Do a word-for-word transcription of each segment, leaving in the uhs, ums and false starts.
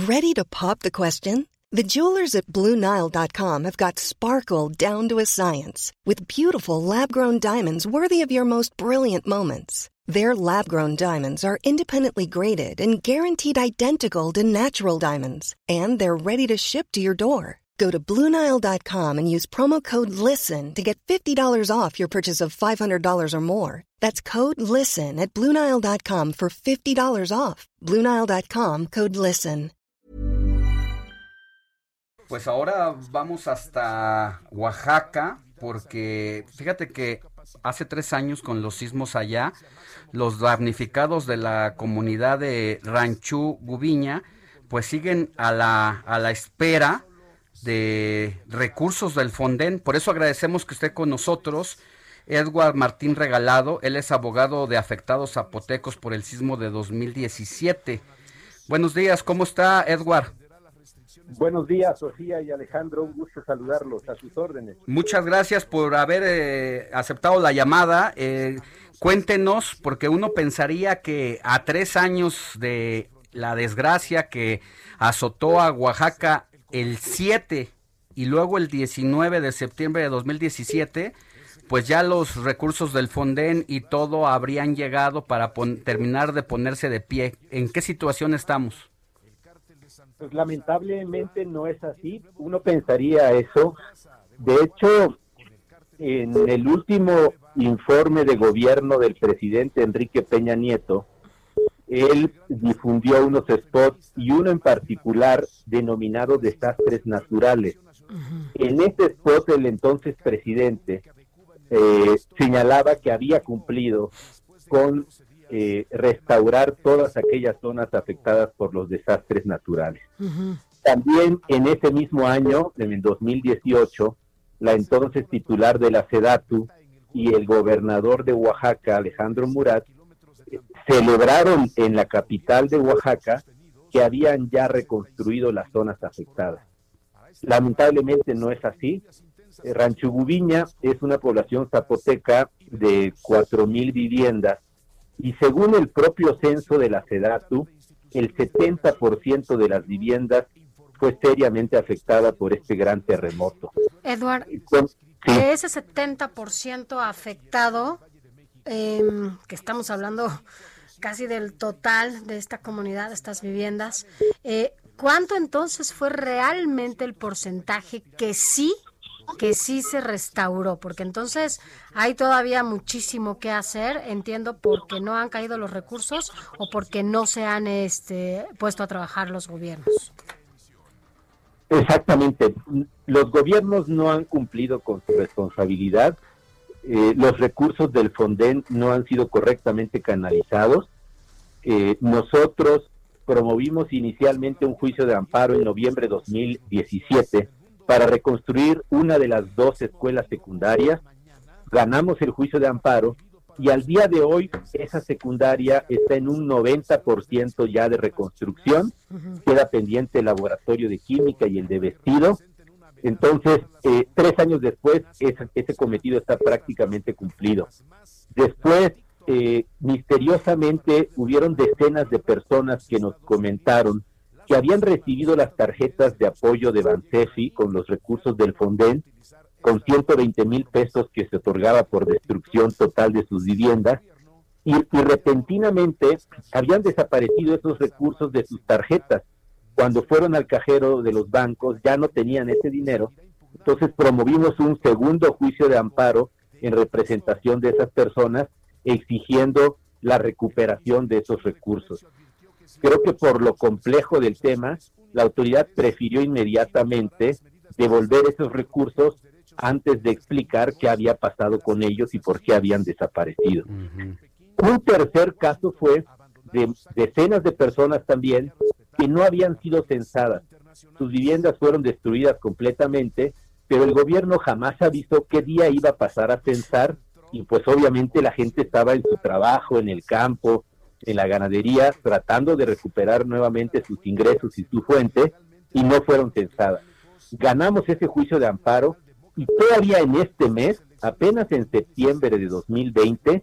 Ready to pop the question? The jewelers at Blue Nile dot com have got sparkle down to a science with beautiful lab-grown diamonds worthy of your most brilliant moments. Their lab-grown diamonds are independently graded and guaranteed identical to natural diamonds, and they're ready to ship to your door. Go to Blue Nile dot com and use promo code LISTEN to get fifty dollars off your purchase of five hundred dollars or more. That's code LISTEN at Blue Nile dot com for fifty dollars off. Blue Nile dot com, code LISTEN. Pues ahora vamos hasta Oaxaca, porque fíjate que hace tres años con los sismos allá, los damnificados de la comunidad de Ranchú Gubiña, pues siguen a la, a la espera de recursos del Fonden. Por eso agradecemos que esté con nosotros Edward Martín Regalado. Él es abogado de afectados zapotecos por el sismo de dos mil diecisiete. Buenos días, ¿cómo está, Edward? Buenos días, Sofía y Alejandro, un gusto saludarlos, a sus órdenes. Muchas gracias por haber eh, aceptado la llamada. Eh, cuéntenos, porque uno pensaría que a tres años de la desgracia que azotó a Oaxaca el siete y luego el diecinueve de septiembre de dos mil diecisiete, pues ya los recursos del Fonden y todo habrían llegado para pon- terminar de ponerse de pie. ¿En qué situación estamos? Pues lamentablemente no es así, uno pensaría eso. De hecho, en el último informe de gobierno del presidente Enrique Peña Nieto, él difundió unos spots y uno en particular denominado desastres naturales. Uh-huh. En ese spot el entonces presidente eh, señalaba que había cumplido con Eh, restaurar todas aquellas zonas afectadas por los desastres naturales. Uh-huh. También en ese mismo año, en el dos mil dieciocho, la entonces titular de la SEDATU y el gobernador de Oaxaca, Alejandro Murat, eh, celebraron en la capital de Oaxaca que habían ya reconstruido las zonas afectadas. Lamentablemente no es así. Eh, Ranchú Gubiña es una población zapoteca de cuatro mil viviendas, y según el propio censo de la SEDATU, el setenta por ciento de las viviendas fue seriamente afectada por este gran terremoto. Edward, Con, sí. de ese setenta por ciento afectado, eh, que estamos hablando casi del total de esta comunidad, de estas viviendas, eh, ¿cuánto entonces fue realmente el porcentaje que sí que sí se restauró? Porque entonces hay todavía muchísimo que hacer, entiendo, porque no han caído los recursos o porque no se han este puesto a trabajar los gobiernos. Exactamente, los gobiernos no han cumplido con su responsabilidad, eh, los recursos del Fonden no han sido correctamente canalizados. Eh, nosotros promovimos inicialmente un juicio de amparo en noviembre de dos mil diecisiete para reconstruir una de las dos escuelas secundarias. Ganamos el juicio de amparo y al día de hoy esa secundaria está en un noventa por ciento ya de reconstrucción. Uh-huh. Queda pendiente el laboratorio de química y el de vestido. Entonces, eh, tres años después, ese, ese cometido está prácticamente cumplido. Después, eh, misteriosamente, hubieron decenas de personas que nos comentaron que habían recibido las tarjetas de apoyo de Bansefi con los recursos del Fonden, con ciento veinte mil pesos que se otorgaba por destrucción total de sus viviendas, y, y repentinamente habían desaparecido esos recursos de sus tarjetas. Cuando fueron al cajero de los bancos ya no tenían ese dinero. Entonces promovimos un segundo juicio de amparo en representación de esas personas, exigiendo la recuperación de esos recursos. Creo que por lo complejo del tema, la autoridad prefirió inmediatamente devolver esos recursos antes de explicar qué había pasado con ellos y por qué habían desaparecido. Uh-huh. Un tercer caso fue de decenas de personas también que no habían sido censadas. Sus viviendas fueron destruidas completamente, pero el gobierno jamás avisó qué día iba a pasar a censar, y pues obviamente la gente estaba en su trabajo, en el campo, en la ganadería, tratando de recuperar nuevamente sus ingresos y su fuente, y no fueron censadas. Ganamos ese juicio de amparo, y todavía en este mes, apenas en septiembre de dos mil veinte,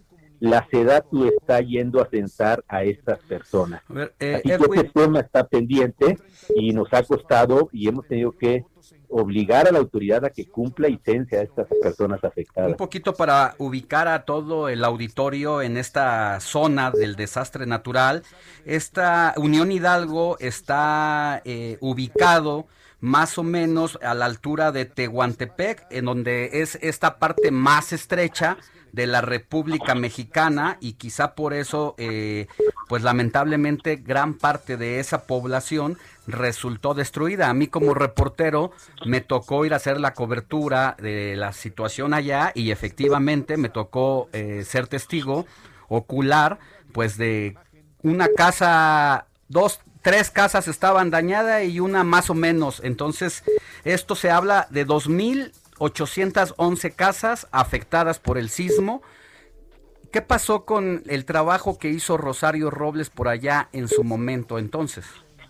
la SEDATU está yendo a censar a estas personas. A ver, eh, Así que Edwin, este tema está pendiente y nos ha costado y hemos tenido que obligar a la autoridad a que cumpla y cense a estas personas afectadas. un poquito para ubicar a todo el auditorio en esta zona del desastre natural. Esta Unión Hidalgo está eh, ubicado más o menos a la altura de Tehuantepec, en donde es esta parte más estrecha de la República Mexicana, y quizá por eso, eh, pues lamentablemente, gran parte de esa población resultó destruida. A mí como reportero me tocó ir a hacer la cobertura de la situación allá y efectivamente me tocó eh, ser testigo ocular, pues de una casa, dos, tres casas estaban dañadas y una más o menos. Entonces, esto se habla de dos mil ochocientas once casas afectadas por el sismo. ¿Qué pasó con el trabajo que hizo Rosario Robles por allá en su momento entonces?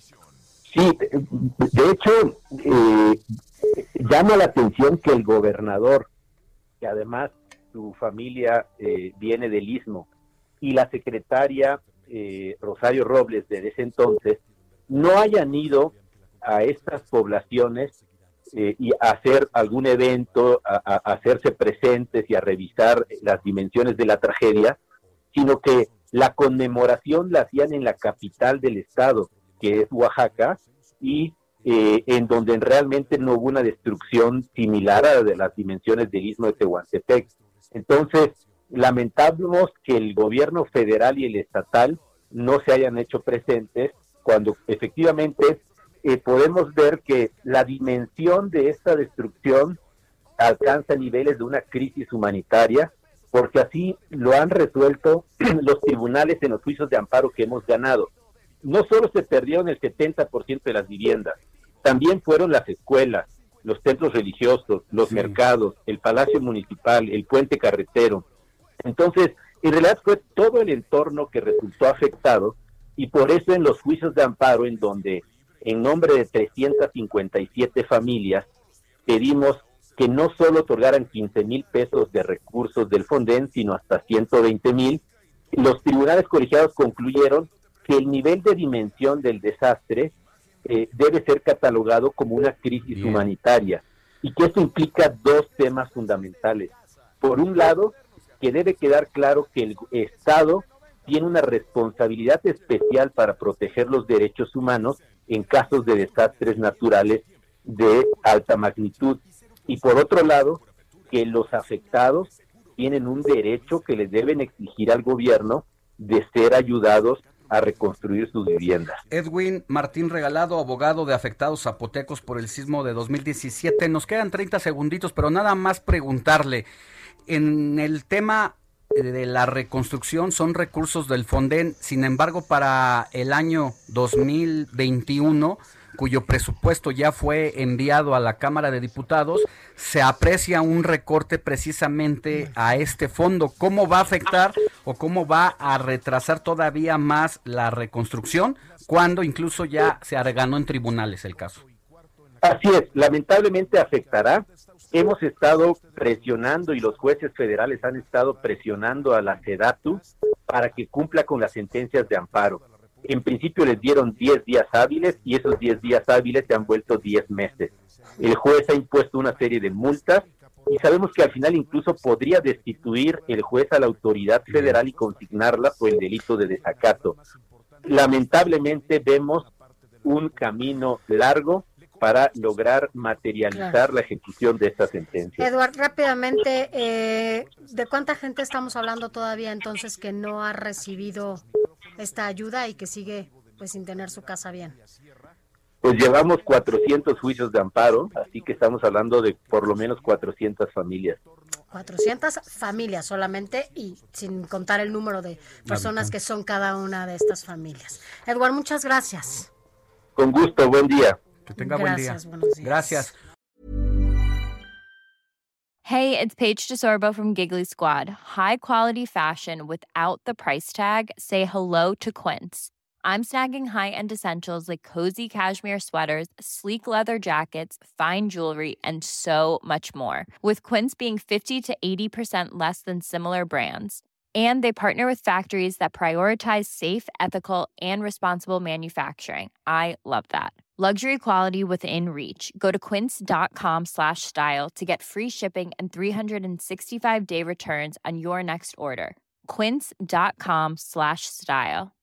Sí, de hecho, eh, llama la atención que el gobernador, que además su familia eh, viene del Istmo, y la secretaria eh, Rosario Robles de ese entonces, no hayan ido a estas poblaciones eh, y a hacer algún evento, a, a hacerse presentes y a revisar las dimensiones de la tragedia, sino que la conmemoración la hacían en la capital del estado, que es Oaxaca, y eh, en donde realmente no hubo una destrucción similar a la de las dimensiones del Istmo de Tehuantepec. Entonces, lamentamos que el gobierno federal y el estatal no se hayan hecho presentes, cuando efectivamente eh, podemos ver que la dimensión de esta destrucción alcanza niveles de una crisis humanitaria, porque así lo han resuelto los tribunales en los juicios de amparo que hemos ganado. No solo se perdieron el setenta por ciento de las viviendas, también fueron las escuelas, los templos religiosos, los sí. mercados, el palacio municipal, el puente carretero. Entonces, en realidad fue todo el entorno que resultó afectado, y por eso en los juicios de amparo, en donde en nombre de trescientas cincuenta y siete familias pedimos que no solo otorgaran quince mil pesos de recursos del Fonden, sino hasta ciento veinte mil, los tribunales colegiados concluyeron que el nivel de dimensión del desastre eh, debe ser catalogado como una crisis Bien. humanitaria, y que esto implica dos temas fundamentales. Por un lado, que debe quedar claro que el Estado tiene una responsabilidad especial para proteger los derechos humanos en casos de desastres naturales de alta magnitud. Y por otro lado, que los afectados tienen un derecho que les deben exigir al gobierno de ser ayudados a reconstruir sus viviendas. Edwin Martín Regalado, abogado de afectados zapotecos por el sismo de dos mil diecisiete. Nos quedan treinta segunditos, pero nada más preguntarle, en el tema de la reconstrucción son recursos del Fonden, sin embargo para el año dos mil veintiuno, cuyo presupuesto ya fue enviado a la Cámara de Diputados, se aprecia un recorte precisamente a este fondo. ¿Cómo va a afectar o cómo va a retrasar todavía más la reconstrucción cuando incluso ya se ganó en tribunales el caso? Así es, lamentablemente afectará. Hemos estado presionando y los jueces federales han estado presionando a la SEDATU para que cumpla con las sentencias de amparo. En principio les dieron diez días hábiles y esos diez días hábiles se han vuelto diez meses. El juez ha impuesto una serie de multas y sabemos que al final incluso podría destituir el juez a la autoridad federal y consignarla por el delito de desacato. Lamentablemente vemos un camino largo para lograr materializar claro. la ejecución de esta sentencia. Eduardo, rápidamente, eh, ¿de cuánta gente estamos hablando todavía entonces que no ha recibido esta ayuda y que sigue pues sin tener su casa bien? Pues llevamos cuatrocientos juicios de amparo, así que estamos hablando de por lo menos cuatrocientas familias. cuatrocientas familias solamente, y sin contar el número de personas que son cada una de estas familias. Eduardo, muchas gracias. Con gusto, buen día. Que tenga Gracias, buen día. Buenos días. Gracias. Hey, it's Paige DeSorbo from Giggly Squad. High quality fashion without the price tag. Say hello to Quince. I'm snagging high-end essentials like cozy cashmere sweaters, sleek leather jackets, fine jewelry, and so much more. With Quince being fifty to eighty percent less than similar brands. And they partner with factories that prioritize safe, ethical, and responsible manufacturing. I love that. Luxury quality within reach. Go to quince.com slash style to get free shipping and three sixty-five day returns on your next order. Quince.com slash style.